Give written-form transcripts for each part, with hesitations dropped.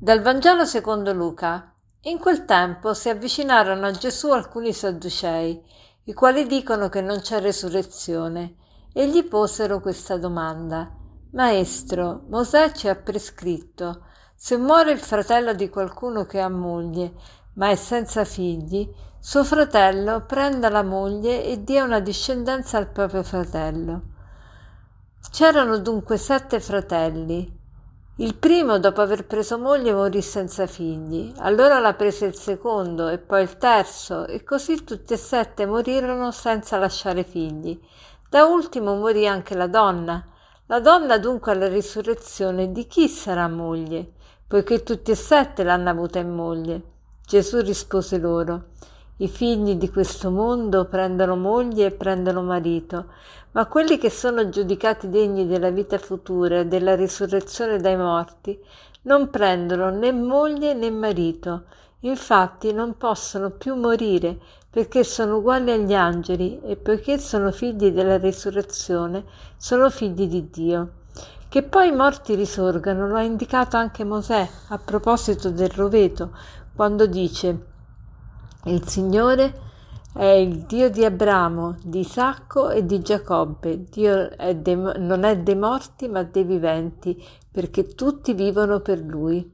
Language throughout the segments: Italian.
Dal Vangelo secondo Luca. In quel tempo si avvicinarono a Gesù alcuni sadducei, i quali dicono che non c'è resurrezione, e gli posero questa domanda: Maestro, Mosè ci ha prescritto, se muore il fratello di qualcuno che ha moglie, ma è senza figli, suo fratello prenda la moglie e dia una discendenza al proprio fratello. C'erano dunque 7 fratelli. Il primo, dopo aver preso moglie, morì senza figli. Allora la prese il secondo e poi il terzo, e così tutti e 7 morirono senza lasciare figli. Da ultimo morì anche la donna. La donna dunque alla risurrezione di chi sarà moglie, poiché tutti e 7 l'hanno avuta in moglie? Gesù rispose loro: I figli di questo mondo prendono moglie e prendono marito, ma quelli che sono giudicati degni della vita futura e della risurrezione dai morti non prendono né moglie né marito, infatti non possono più morire perché sono uguali agli angeli e poiché sono figli della risurrezione sono figli di Dio. Che poi i morti risorgano lo ha indicato anche Mosè a proposito del roveto, quando dice: Il Signore è il Dio di Abramo, di Isacco e di Giacobbe. Dio non è dei morti ma dei viventi, perché tutti vivono per Lui.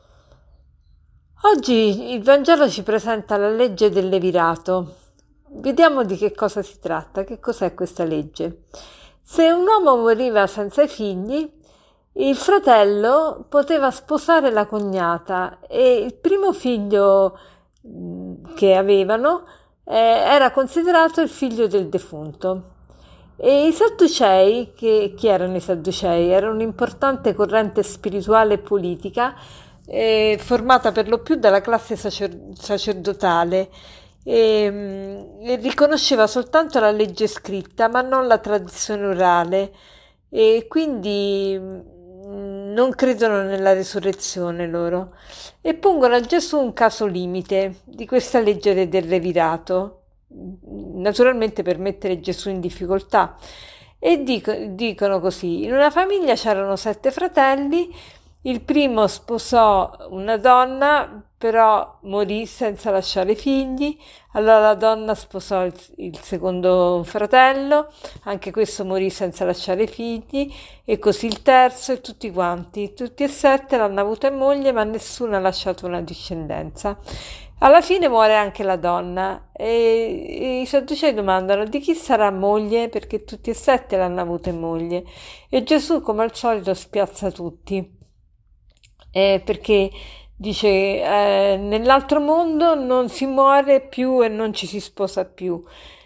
Oggi il Vangelo ci presenta la legge del levirato. Vediamo di che cosa si tratta, che cos'è questa legge. Se un uomo moriva senza figli, il fratello poteva sposare la cognata e il primo figlio che avevano era considerato il figlio del defunto. E i Sadducei, chi erano i Sadducei? Era un'importante corrente spirituale e politica formata per lo più dalla classe sacerdotale e riconosceva soltanto la legge scritta ma non la tradizione orale, e quindi non credono nella risurrezione loro, e pongono a Gesù un caso limite di questa legge del levirato, naturalmente per mettere Gesù in difficoltà, e dicono così: in una famiglia c'erano 7 fratelli, il primo sposò una donna, però morì senza lasciare figli. Allora la donna sposò il secondo fratello, anche questo morì senza lasciare figli, e così il terzo, e tutti quanti. Tutti e 7 l'hanno avuta in moglie, ma nessuno ha lasciato una discendenza. Alla fine muore anche la donna e i Sadducei domandano: di chi sarà moglie? Perché tutti e 7 l'hanno avuta in moglie. E Gesù, come al solito, spiazza tutti. Perché dice nell'altro mondo non si muore più e non ci si sposa più,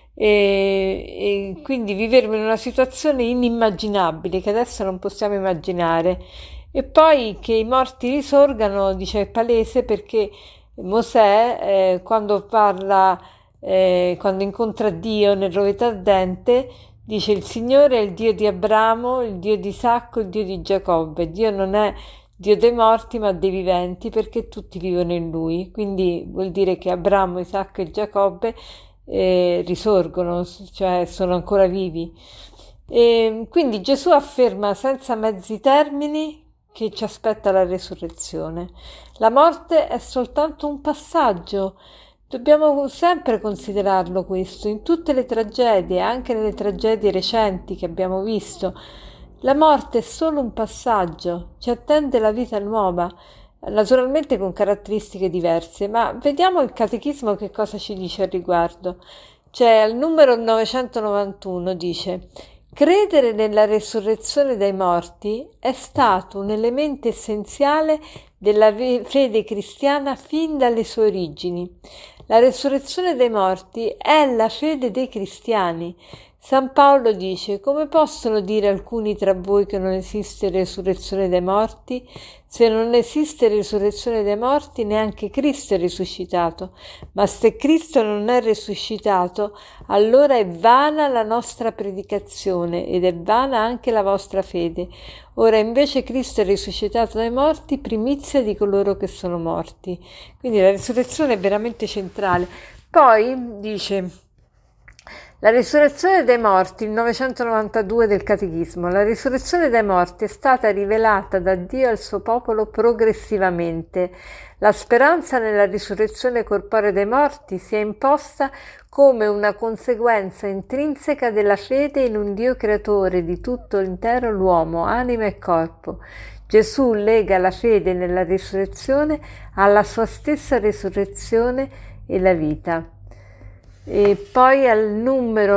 e quindi viveremo in una situazione inimmaginabile che adesso non possiamo immaginare. E poi che i morti risorgano, dice, è palese, perché Mosè quando parla, quando incontra Dio nel roveto ardente, dice: il Signore è il Dio di Abramo, il Dio di Isacco, il Dio di Giacobbe. Dio non è Dio dei morti ma dei viventi, perché tutti vivono in Lui. Quindi vuol dire che Abramo, Isacco e Giacobbe risorgono, cioè sono ancora vivi. E quindi Gesù afferma senza mezzi termini che ci aspetta la resurrezione. La morte è soltanto un passaggio. Dobbiamo sempre considerarlo questo, in tutte le tragedie, anche nelle tragedie recenti che abbiamo visto. La morte è solo un passaggio, ci attende la vita nuova, naturalmente con caratteristiche diverse, ma vediamo il Catechismo che cosa ci dice al riguardo. Cioè, al numero 991 dice: credere nella resurrezione dai morti è stato un elemento essenziale della fede cristiana fin dalle sue origini. La resurrezione dei morti è la fede dei cristiani. San Paolo dice: come possono dire alcuni tra voi che non esiste resurrezione dei morti? Se non esiste risurrezione dei morti, neanche Cristo è risuscitato. Ma se Cristo non è risuscitato, allora è vana la nostra predicazione ed è vana anche la vostra fede. Ora invece Cristo è risuscitato dai morti, primizia di coloro che sono morti. Quindi la risurrezione è veramente centrale. Poi dice: La risurrezione dei morti, il 992 del Catechismo. La risurrezione dei morti è stata rivelata da Dio al suo popolo progressivamente. La speranza nella risurrezione corporea dei morti si è imposta come una conseguenza intrinseca della fede in un Dio creatore di tutto l'intero l'uomo, anima e corpo. Gesù lega la fede nella risurrezione alla sua stessa risurrezione e la vita. E poi al numero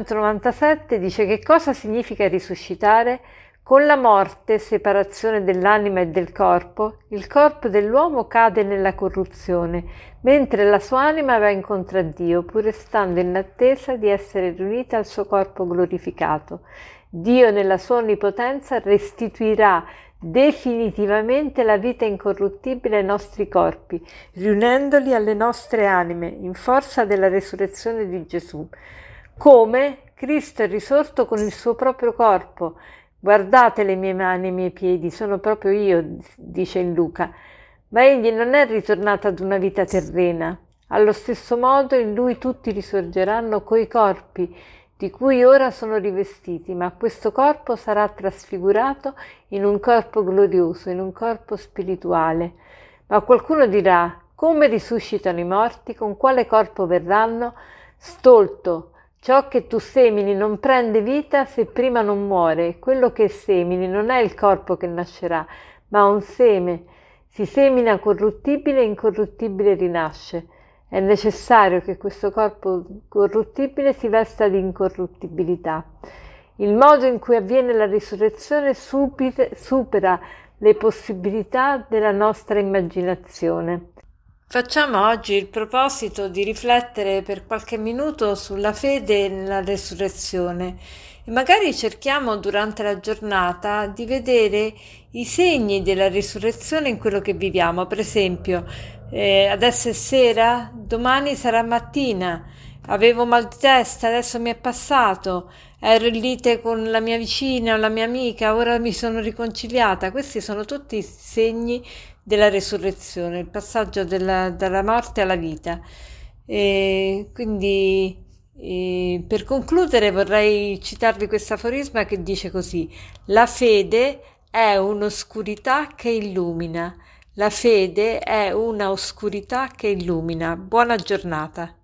997 dice: che cosa significa risuscitare? Con la morte, separazione dell'anima e del corpo, il corpo dell'uomo cade nella corruzione, mentre la sua anima va incontro a Dio, pur restando in attesa di essere riunita al suo corpo glorificato. Dio, nella sua onnipotenza, restituirà definitivamente la vita incorruttibile ai nostri corpi, riunendoli alle nostre anime, in forza della resurrezione di Gesù. Come? Cristo è risorto con il suo proprio corpo. Guardate le mie mani e i miei piedi, sono proprio io, dice in Luca. Ma egli non è ritornato ad una vita terrena. Allo stesso modo in lui tutti risorgeranno coi corpi di cui ora sono rivestiti, ma questo corpo sarà trasfigurato in un corpo glorioso, in un corpo spirituale. Ma qualcuno dirà: come risuscitano i morti? Con quale corpo verranno? Stolto! Ciò che tu semini non prende vita se prima non muore. Quello che semini non è il corpo che nascerà, ma un seme. Si semina corruttibile e incorruttibile rinasce. È necessario che questo corpo corruttibile si vesta di incorruttibilità. Il modo in cui avviene la risurrezione supera le possibilità della nostra immaginazione. Facciamo oggi il proposito di riflettere per qualche minuto sulla fede nella risurrezione e magari cerchiamo durante la giornata di vedere i segni della risurrezione in quello che viviamo. Per esempio, adesso è sera, domani sarà mattina, avevo mal di testa, adesso mi è passato, ero in lite con la mia vicina o la mia amica, ora mi sono riconciliata. Questi sono tutti segni della resurrezione, il passaggio dalla morte alla vita. E quindi per concludere vorrei citarvi questo aforisma che dice così: la fede è un'oscurità che illumina. La fede è una oscurità che illumina. Buona giornata.